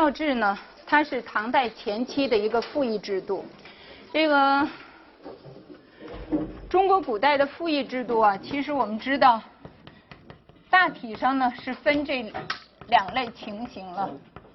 教制呢，它是唐代前期的一个赋役制度。这个中国古代的赋役制度啊，其实我们知道，大体上呢是分这两类情形了，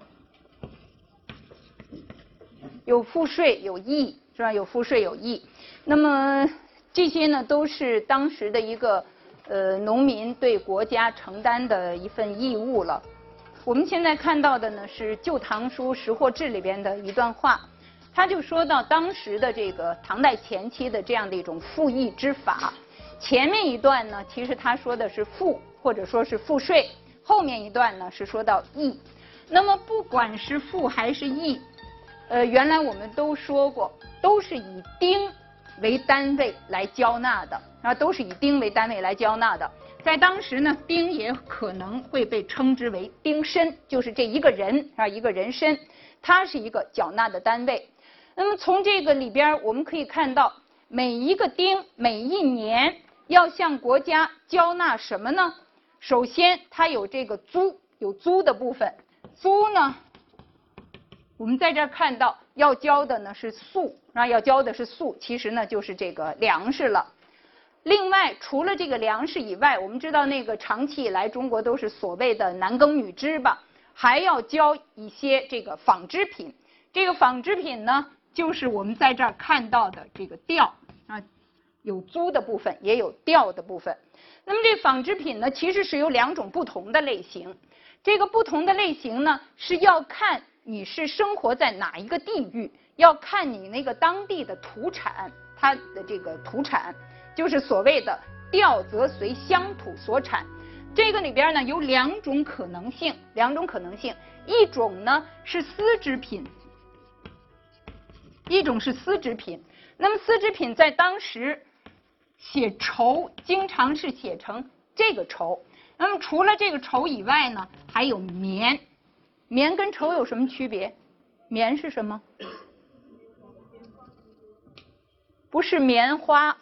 有赋税有役，是吧？有赋税有役。那么这些呢，都是当时的一个农民对国家承担的一份义务了。我们现在看到的呢是《旧唐书·识货志》里边的一段话，他就说到当时的这个唐代前期的这样的一种赋役之法。前面一段呢，其实他说的是赋或者说是赋税，后面一段呢是说到役。那么不管是赋还是役，原来我们都说过，都是以丁为单位来交纳的，都是以丁为单位来交纳的。在当时呢，丁也可能会被称之为丁身，就是这一个人一个人身，它是一个缴纳的单位。那么从这个里边我们可以看到，每一个丁每一年要向国家交纳什么呢？首先它有这个租，有租的部分。租呢，我们在这儿看到要交的呢是粟，要交的是粟，其实呢就是这个粮食了。另外，除了这个粮食以外，我们知道那个长期以来中国都是所谓的男耕女织吧，还要交一些这个纺织品。这个纺织品呢，就是我们在这儿看到的这个吊啊，有租的部分，也有吊的部分。那么这纺织品呢，其实是有两种不同的类型。这个不同的类型呢，是要看你是生活在哪一个地域，要看你那个当地的土产，它的这个土产。就是所谓的调则随乡土所产，这个里边呢有两种可能性，一种呢是丝织品，一种是丝织品。那么丝织品在当时写绸，经常是写成这个绸。那么除了这个绸以外呢，还有棉。棉跟绸有什么区别？棉是什么？不是棉花。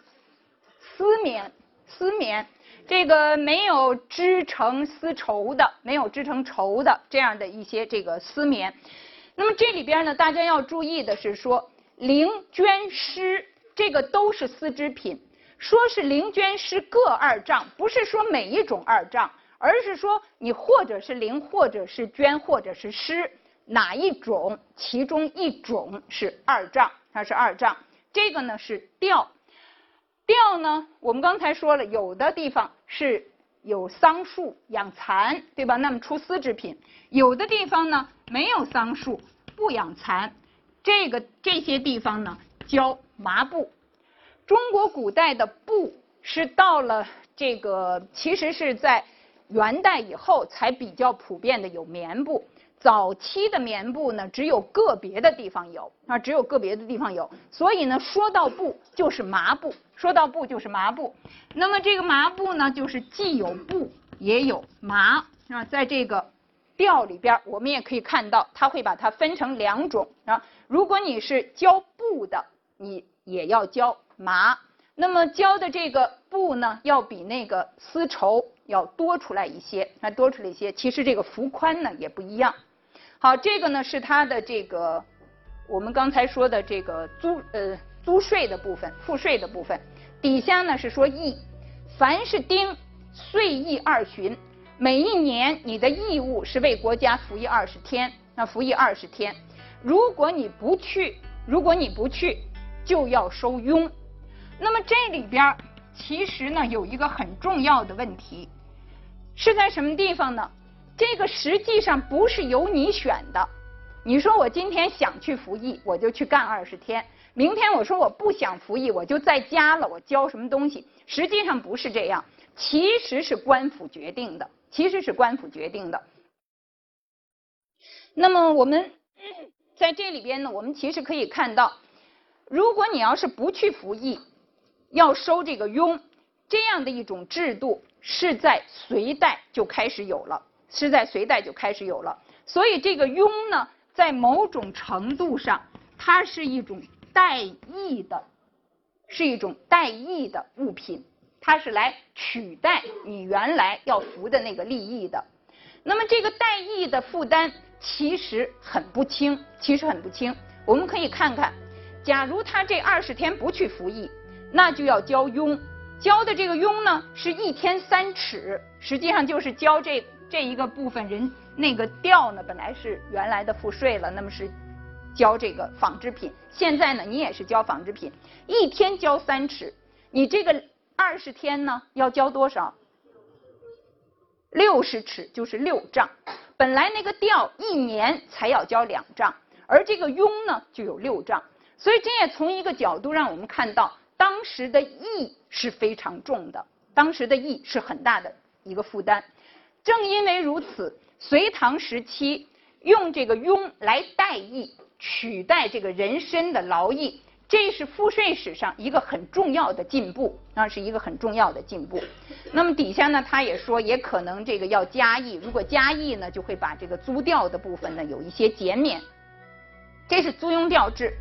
丝棉，这个没有织成丝绸的，没有织成绸的这样的一些这个丝棉。那么这里边呢，大家要注意的是说，绫、绢、丝这个都是丝织品。说是绫、绢、丝各2丈，不是说每一种2丈，而是说你或者是绫，或者是绢，或者是丝，哪一种，其中一种是2丈，它是2丈。这个呢是吊。吊呢，我们刚才说了，有的地方是有桑树养蚕，对吧？那么出丝织品。有的地方呢没有桑树，不养蚕，这些地方呢交麻布。中国古代的布是到了这个，其实是在元代以后才比较普遍的有棉布。早期的棉布呢，只有个别的地方有，所以呢，说到布就是麻布，那么这个麻布呢，就是既有布也有麻在这个调里边，我们也可以看到，它会把它分成2种如果你是交布的，你也要交麻。那么交的这个布呢，要比那个丝绸要多出来一些，其实这个幅宽呢也不一样。好，这个呢是它的这个我们刚才说的这个租税的部分，赋税的部分。底下呢是说役，凡是丁岁役2旬，每一年你的义务是为国家服役20天，如果你不去就要收庸。那么这里边其实呢有一个很重要的问题，是在什么地方呢？这个实际上不是由你选的。你说我今天想去服役，我就去干20天；明天我说我不想服役，我就在家了，我交什么东西？实际上不是这样，其实是官府决定的。那么我们在这里边呢，我们其实可以看到，如果你要是不去服役，要收这个庸，这样的一种制度是在隋代就开始有了。所以这个庸呢，在某种程度上，它是一种代役的物品，它是来取代你原来要服的那个利益的。 那么这个代役的负担其实很不轻，我们可以看看，假如他这20天不去服役，那就要交庸，交的这个庸呢是1天3尺，实际上就是交这一个部分人那个调呢本来是原来的赋税了，那么是交这个纺织品，现在呢你也是交纺织品，1天交3尺，你这个20天呢要交多少？60尺，就是6丈。本来那个调1年才要交2丈，而这个庸呢就有6丈，所以这也从一个角度让我们看到当时的役是非常重的，当时的役是很大的一个负担。正因为如此，隋唐时期用这个庸来代役，取代这个人身的劳役，这是赋税史上一个很重要的进步，是一个很重要的进步。那么底下呢，他也说，也可能这个要加役，如果加役呢，就会把这个租调的部分呢有一些减免。这是租庸调制。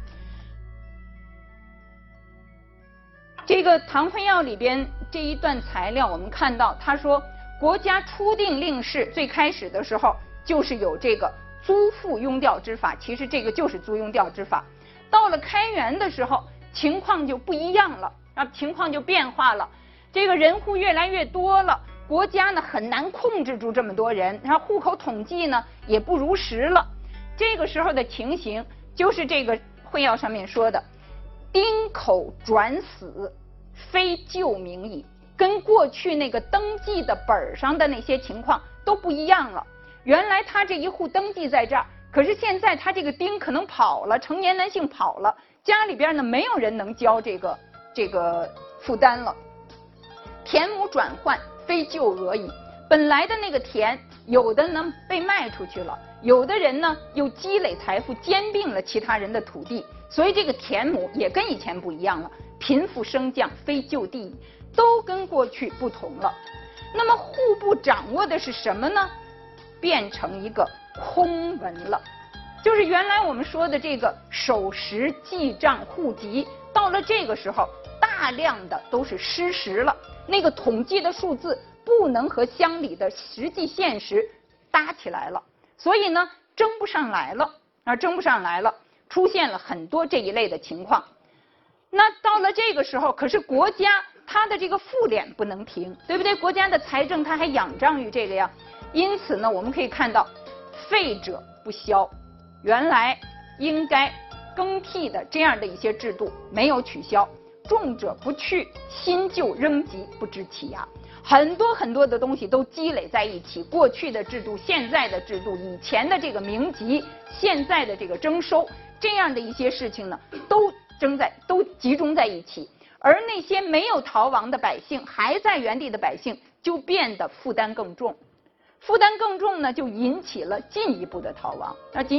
这个《唐会要》里边这一段材料，我们看到他说，国家初定令式，最开始的时候就是有这个租赋庸调之法，其实这个就是租庸调之法。到了开元的时候，情况就不一样了，情况就变化了。这个人户越来越多了，国家呢很难控制住这么多人，然后户口统计呢也不如实了。这个时候的情形就是这个会要上面说的“丁口转死，非旧名矣”，跟过去那个登记的本上的那些情况都不一样了。原来他这一户登记在这儿，可是现在他这个丁可能跑了，成年男性跑了，家里边呢没有人能交这个负担了。田亩转换，非旧额矣。本来的那个田，有的呢被卖出去了，有的人呢又积累财富，兼并了其他人的土地，所以这个田亩也跟以前不一样了。贫富升降，非旧地矣，都跟过去不同了。那么户部掌握的是什么呢？变成一个空文了，就是原来我们说的这个守时、记账、户籍，到了这个时候，大量的都是失实了，那个统计的数字不能和乡里的实际现实搭起来了，所以呢，争不上来了，出现了很多这一类的情况。那到了这个时候，可是国家它的这个赋敛不能停，对不对？国家的财政它还仰仗于这个呀。因此呢，我们可以看到，废者不消，原来应该更替的这样的一些制度没有取消，重者不去，新旧仍及，不知其涯。很多的东西都积累在一起，过去的制度、现在的制度、以前的这个名籍、现在的这个征收，这样的一些事情呢，都集中在一起，而那些没有逃亡的百姓，还在原地的百姓，就变得负担更重。负担更重呢，就引起了进一步的逃亡，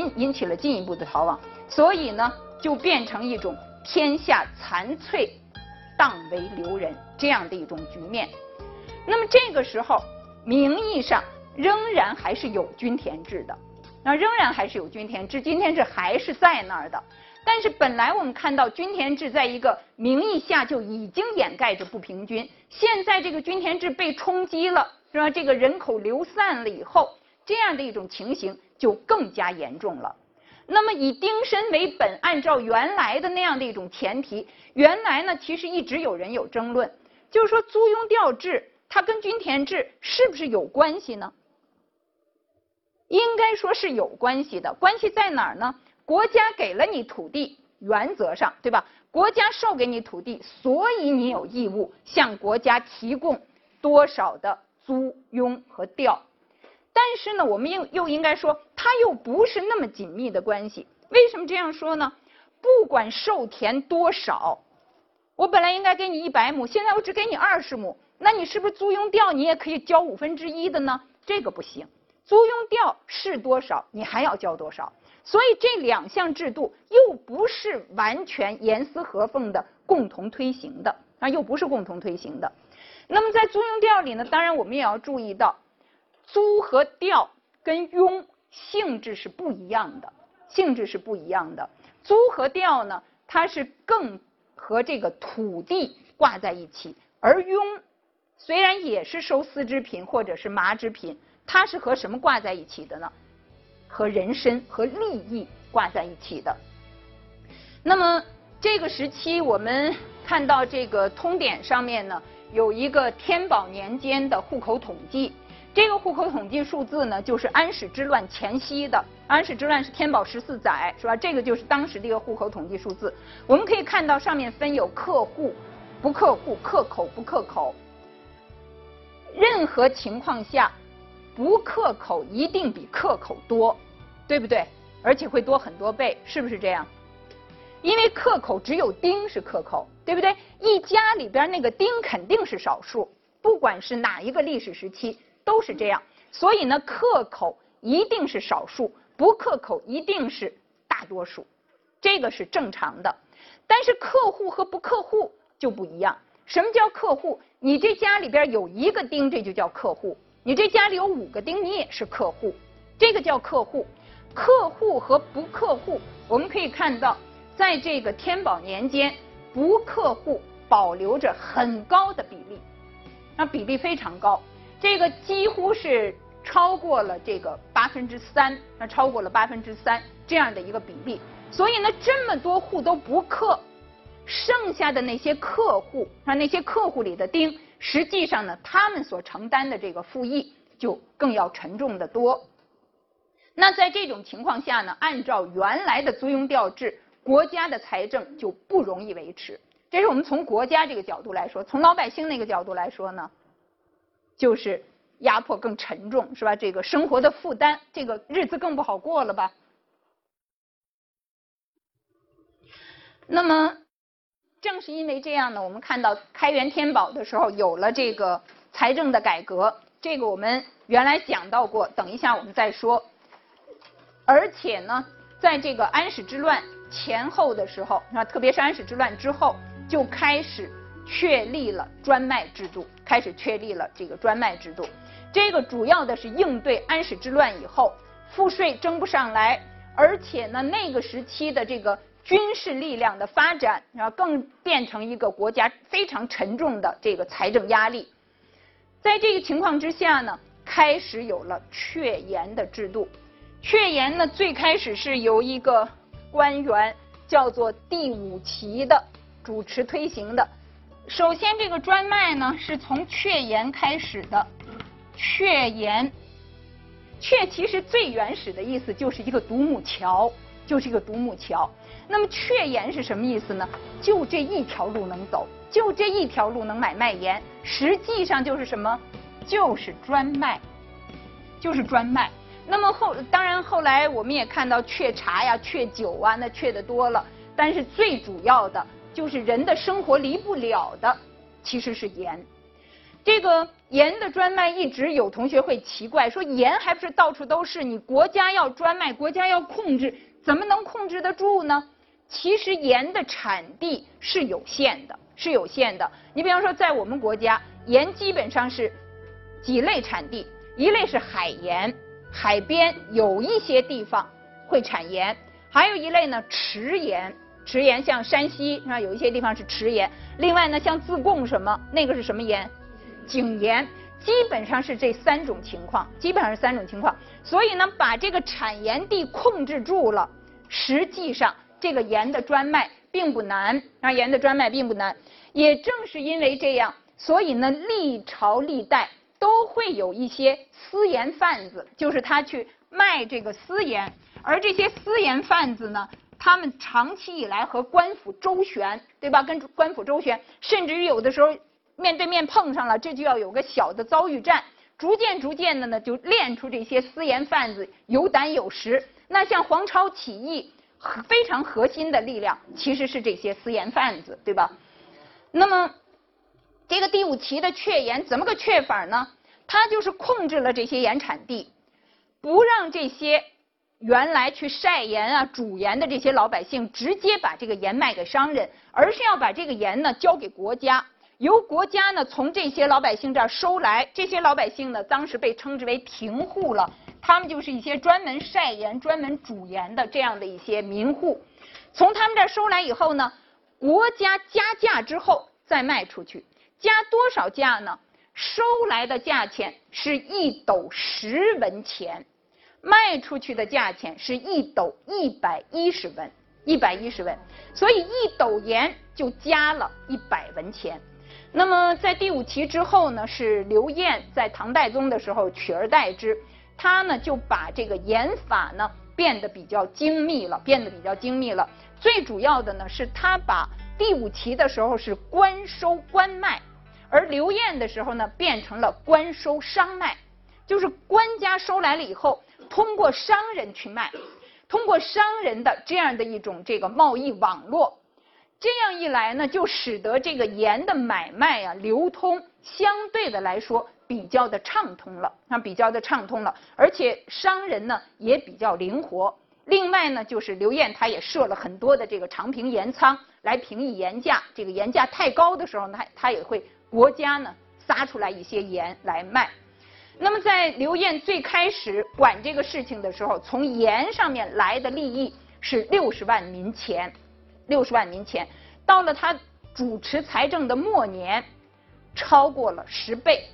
所以呢，就变成一种天下残翠，荡为流人这样的一种局面。那么这个时候，名义上仍然还是有均田制的，均田制还是在那儿的。但是本来我们看到均田制在一个名义下就已经掩盖着不平均，现在这个均田制被冲击了，是吧？这个人口流散了以后，这样的一种情形就更加严重了。那么以丁申为本，按照原来的那样的一种前提，原来呢其实一直有人有争论，就是说租庸调制它跟均田制是不是有关系呢？应该说是有关系的，关系在哪儿呢？国家给了你土地，原则上，对吧？国家授给你土地，所以你有义务向国家提供多少的租庸和调。但是呢，我们又应该说，它又不是那么紧密的关系。为什么这样说呢？不管授田多少，我本来应该给你100亩，现在我只给你20亩，那你是不是租庸调你也可以交1/5的呢？这个不行，租庸调是多少，你还要交多少。所以这两项制度又不是完全严丝合缝的共同推行的，那么在租庸调里呢，当然我们也要注意到，租和调跟庸性质是不一样的。租和调呢，它是更和这个土地挂在一起，而庸虽然也是收丝织品或者是麻织品， 它是和什么挂在一起的呢？和人身和利益挂在一起的。那么这个时期我们看到这个通典上面呢有一个天宝年间的户口统计，这个户口统计数字呢就是安史之乱前夕的，安史之乱是天宝14载，是吧？这个就是当时的一个户口统计数字。我们可以看到上面分有克户、不克户、克口、不克口。任何情况下，不克口一定比克口多，对不对？而且会多很多倍，是不是这样？因为克口只有丁是克口，对不对？一家里边那个丁肯定是少数，不管是哪一个历史时期都是这样。所以呢，克口一定是少数，不克口一定是大多数，这个是正常的。但是克户和不克户就不一样。什么叫克户？你这家里边有1个丁，这就叫克户；你这家里有5个丁，你也是克户，这个叫克户。克户和不克户，我们可以看到，在这个天宝年间，不克户保留着很高的比例，那比例非常高，这个几乎是超过了这个3%，那超过了3%这样的一个比例。所以呢，这么多户都不克。剩下的那些克户，那些克户里的丁，实际上呢，他们所承担的这个赋役就更要沉重得多。那在这种情况下呢，按照原来的租庸调制，国家的财政就不容易维持。这是我们从国家这个角度来说，从老百姓那个角度来说呢，就是压迫更沉重，是吧？这个生活的负担，这个日子更不好过了吧？那么正是因为这样呢，我们看到开元天宝的时候有了这个财政的改革，这个我们原来讲到过，等一下我们再说。而且呢，在这个安史之乱前后的时候，特别是安史之乱之后，就开始确立了专卖制度，开始确立了这个专卖制度。这个主要的是应对安史之乱以后赋税征不上来，而且呢，那个时期的这个军事力量的发展，然后更变成一个国家非常沉重的这个财政压力。在这个情况之下呢，开始有了确盐的制度。确盐呢，最开始是由一个官员叫做第五旗的主持推行的。首先，这个专卖呢是从确盐开始的。确盐，确其实最原始的意思就是一个独木桥，就是一个独木桥。那么确盐是什么意思呢？就这一条路能走，就这一条路能买卖盐，实际上就是什么？就是专卖，就是专卖。那么当然后来我们也看到确茶呀、确酒啊，那确的多了。但是最主要的就是人的生活离不了的，其实是盐。这个盐的专卖一直有同学会奇怪，说盐还不是到处都是，你国家要专卖，国家要控制，怎么能控制得住呢？其实盐的产地是有限的，是有限的。你比方说，在我们国家，盐基本上是几类产地，一类是海盐，海边有一些地方会产盐；还有一类呢池盐，池盐像山西啊有一些地方是池盐。另外呢，像自贡什么那个是什么盐？井盐。基本上是这3种情况，基本上是3种情况。所以呢，把这个产盐地控制住了，实际上这个盐的专卖并不难，盐的专卖并不难。也正是因为这样，所以呢，历朝历代都会有一些私盐贩子，就是他去卖这个私盐。而这些私盐贩子呢，他们长期以来和官府周旋，对吧？跟官府周旋，甚至于有的时候面对面碰上了，这就要有个小的遭遇战。逐渐的呢，就练出这些私盐贩子有胆有识。那像黄巢起义非常核心的力量其实是这些私盐贩子，对吧？那么这个第五旗的确盐怎么个确法呢？它就是控制了这些盐产地，不让这些原来去晒盐啊、煮盐的这些老百姓直接把这个盐卖给商人，而是要把这个盐呢交给国家，由国家呢从这些老百姓这儿收来。这些老百姓呢当时被称之为平户了，他们就是一些专门晒盐、专门煮盐的这样的一些民户。从他们这儿收来以后呢，国家加价之后再卖出去。加多少价呢？ 收来的价钱是1斗10文钱，卖出去的价钱是1斗110文，110文，所以1斗盐就加了100文钱。那么在第5题之后呢，是刘晏在唐代宗的时候取而代之，他呢就把这个盐法呢变得比较精密了。最主要的呢是他把第5题的时候是官收官卖，而刘晏的时候呢变成了官收商卖，就是官家收来了以后，通过商人去卖，通过商人的这样的一种这个贸易网络。这样一来呢，就使得这个盐的买卖啊、流通相对的来说比较的畅通了，而且商人呢也比较灵活。另外呢，就是刘晏他也设了很多的这个长平盐仓来平抑盐价，这个盐价太高的时候呢，他也会国家呢撒出来一些盐来卖。那么在刘晏最开始管这个事情的时候，从盐上面来的利益是60万民钱。到了他主持财政的末年，超过了10倍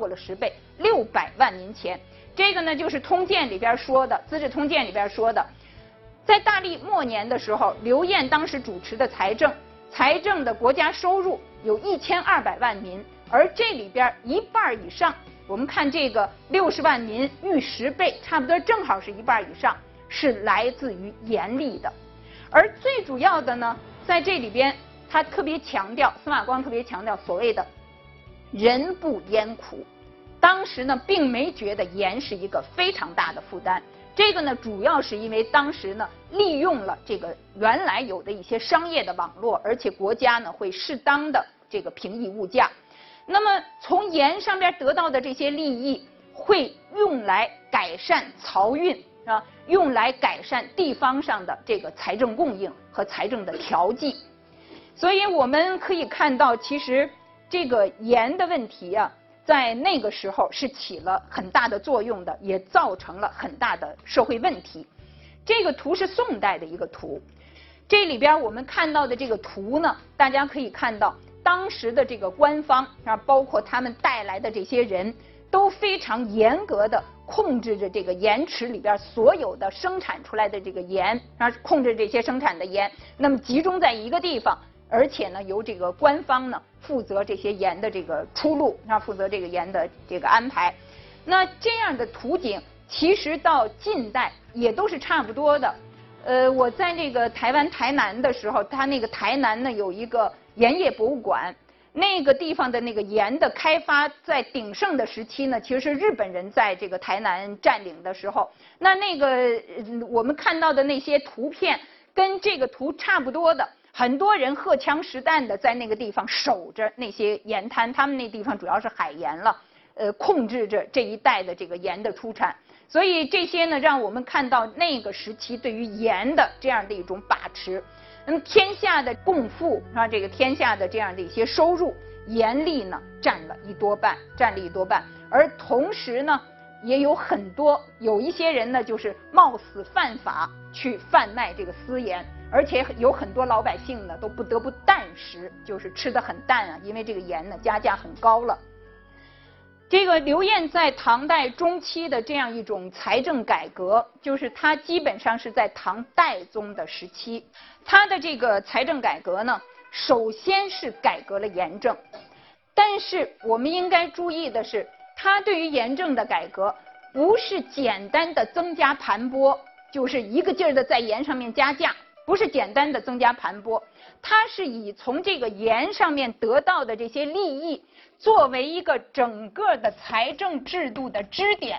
，600万民钱。这个呢就是通鉴里边说的，《资治通鉴》里边说的，在大历末年的时候，刘晏当时主持的财政的国家收入有1200万民，而这里边1半以上，我们看这个60万民逾10倍，差不多正好是1半以上是来自于盐利的。而最主要的呢，在这里边他特别强调，司马光特别强调所谓的人不烟苦。当时呢并没觉得盐是一个非常大的负担，这个呢主要是因为当时呢利用了这个原来有的一些商业的网络，而且国家呢会适当的这个平抑物价。那么从盐上边得到的这些利益会用来改善漕运啊，用来改善地方上的这个财政供应和财政的调剂。所以我们可以看到，其实这个盐的问题啊，在那个时候是起了很大的作用的，也造成了很大的社会问题。这个图是宋代的一个图，这里边我们看到的这个图呢，大家可以看到当时的这个官方啊，包括他们带来的这些人都非常严格的控制着这个盐池里边所有的生产出来的这个盐啊，控制这些生产的盐，那么集中在一个地方，而且呢由这个官方呢负责这些盐的这个出路啊，负责这个盐的这个安排。那这样的图景其实到近代也都是差不多的。我在这个台湾台南的时候，它那个台南呢有一个盐业博物馆。那个地方的那个盐的开发在鼎盛的时期呢，其实是日本人在这个台南占领的时候。那个我们看到的那些图片跟这个图差不多的，很多人荷枪实弹的在那个地方守着那些盐滩，他们那地方主要是海盐了，控制着这一带的这个盐的出产。所以这些呢，让我们看到那个时期对于盐的这样的一种把持。那么天下的共富啊，这个天下的这样的一些收入，盐利呢占了一多半，而同时呢，也有一些人呢，就是冒死犯法去贩卖这个私盐，而且有很多老百姓呢都不得不淡食，就是吃得很淡啊，因为这个盐呢加价很高了。这个刘晏在唐代中期的这样一种财政改革，就是他基本上是在唐代宗的时期，他的这个财政改革呢，首先是改革了盐政，但是我们应该注意的是，他对于盐政的改革不是简单的增加盘剥，就是一个劲儿的在盐上面加价，不是简单的增加盘剥，他是以从这个盐上面得到的这些利益作为一个整个的财政制度的支点，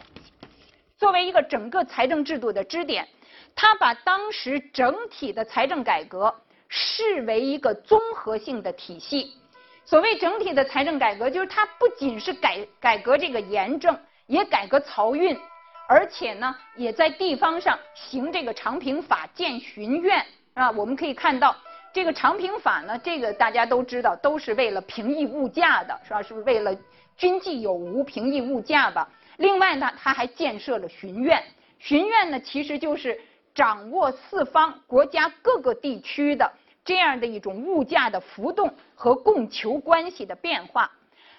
他把当时整体的财政改革视为一个综合性的体系。所谓整体的财政改革，就是它不仅是改革这个盐政，也改革漕运，而且呢，也在地方上行这个长平法，建巡院啊。我们可以看到，这个长平法呢，这个大家都知道，都是为了平抑物价的，是吧？是为了均计有无，平抑物价吧。另外呢，他还建设了巡院。巡院呢，其实就是掌握四方国家各个地区的这样的一种物价的浮动和供求关系的变化。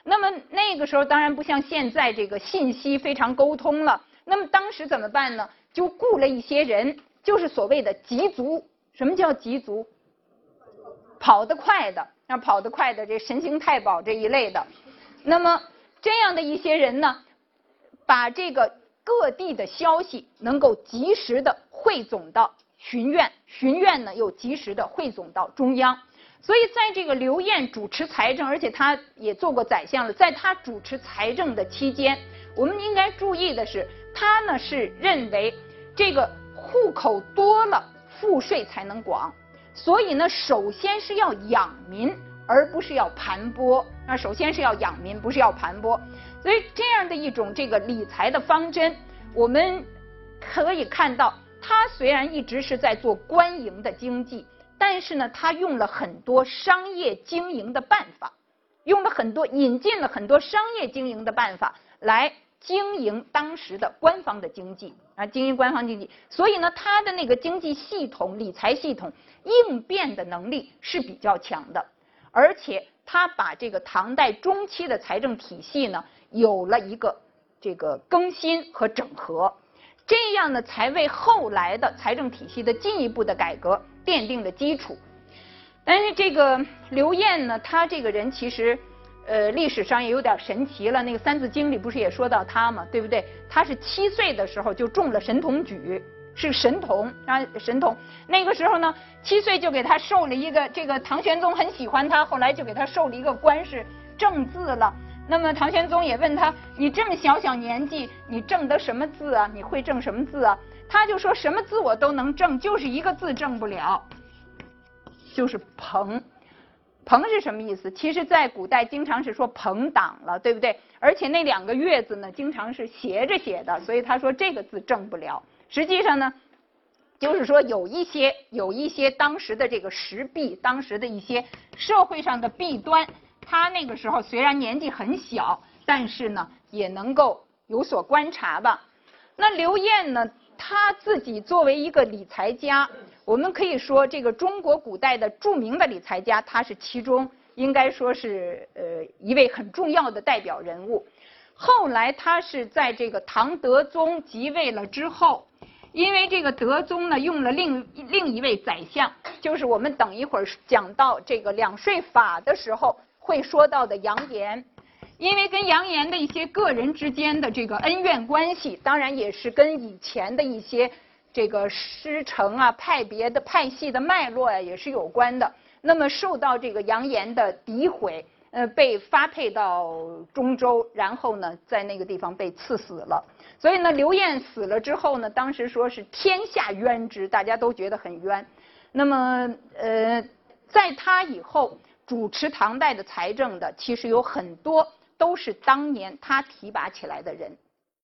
那么那个时候当然不像现在这个信息非常沟通了，那么当时怎么办呢？就雇了一些人，就是所谓的急卒。什么叫急卒？跑得快的，跑得快的这神行太保这一类的。那么这样的一些人呢，把这个各地的消息能够及时的汇总到巡院，巡院呢又及时的汇总到中央。所以在这个刘晏主持财政，而且他也做过宰相了，在他主持财政的期间，我们应该注意的是，他呢是认为这个户口多了，赋税才能广，所以呢，首先是要养民，而不是要盘剥。首先是要养民，不是要盘剥。所以这样的一种这个理财的方针，我们可以看到，他虽然一直是在做官营的经济，但是呢，他用了很多商业经营的办法，引进了很多商业经营的办法来经营当时的官方的经济经营官方经济。所以呢，他的那个经济系统、理财系统应变的能力是比较强的，而且他把这个唐代中期的财政体系呢，有了一个这个更新和整合，这样呢，才为后来的财政体系的进一步的改革奠定了基础。但是这个刘晏呢，他这个人其实历史上也有点神奇了。那个《三字经》里不是也说到他嘛，对不对？他是7岁的时候就中了神童举，是神童神童。那个时候呢，7岁就给他授了一个，这个唐玄宗很喜欢他，后来就给他授了一个官，是正字了。那么唐玄宗也问他，你这么小年纪，你正得什么字啊？你会正什么字啊？他就说什么字我都能正，就是一个字正不了，就是朋。朋是什么意思？其实在古代经常是说朋党了，对不对？而且那2个月字呢，经常是斜着写的，所以他说这个字正不了。实际上呢，就是说有一些当时的这个时弊，当时的一些社会上的弊端，他那个时候虽然年纪很小，但是呢也能够有所观察吧。那刘晏呢，他自己作为一个理财家，我们可以说这个中国古代的著名的理财家，他是其中应该说是一位很重要的代表人物。后来他是在这个唐德宗即位了之后，因为这个德宗呢用了另一位宰相，就是我们等一会儿讲到这个两税法的时候会说到的杨炎。因为跟杨炎的一些个人之间的这个恩怨关系，当然也是跟以前的一些这个师承派别的派系的脉络也是有关的。那么受到这个杨炎的诋毁，被发配到中州，然后呢在那个地方被赐死了。所以呢，刘晏死了之后呢，当时说是天下冤之，大家都觉得很冤。那么在他以后主持唐代的财政的，其实有很多都是当年他提拔起来的人。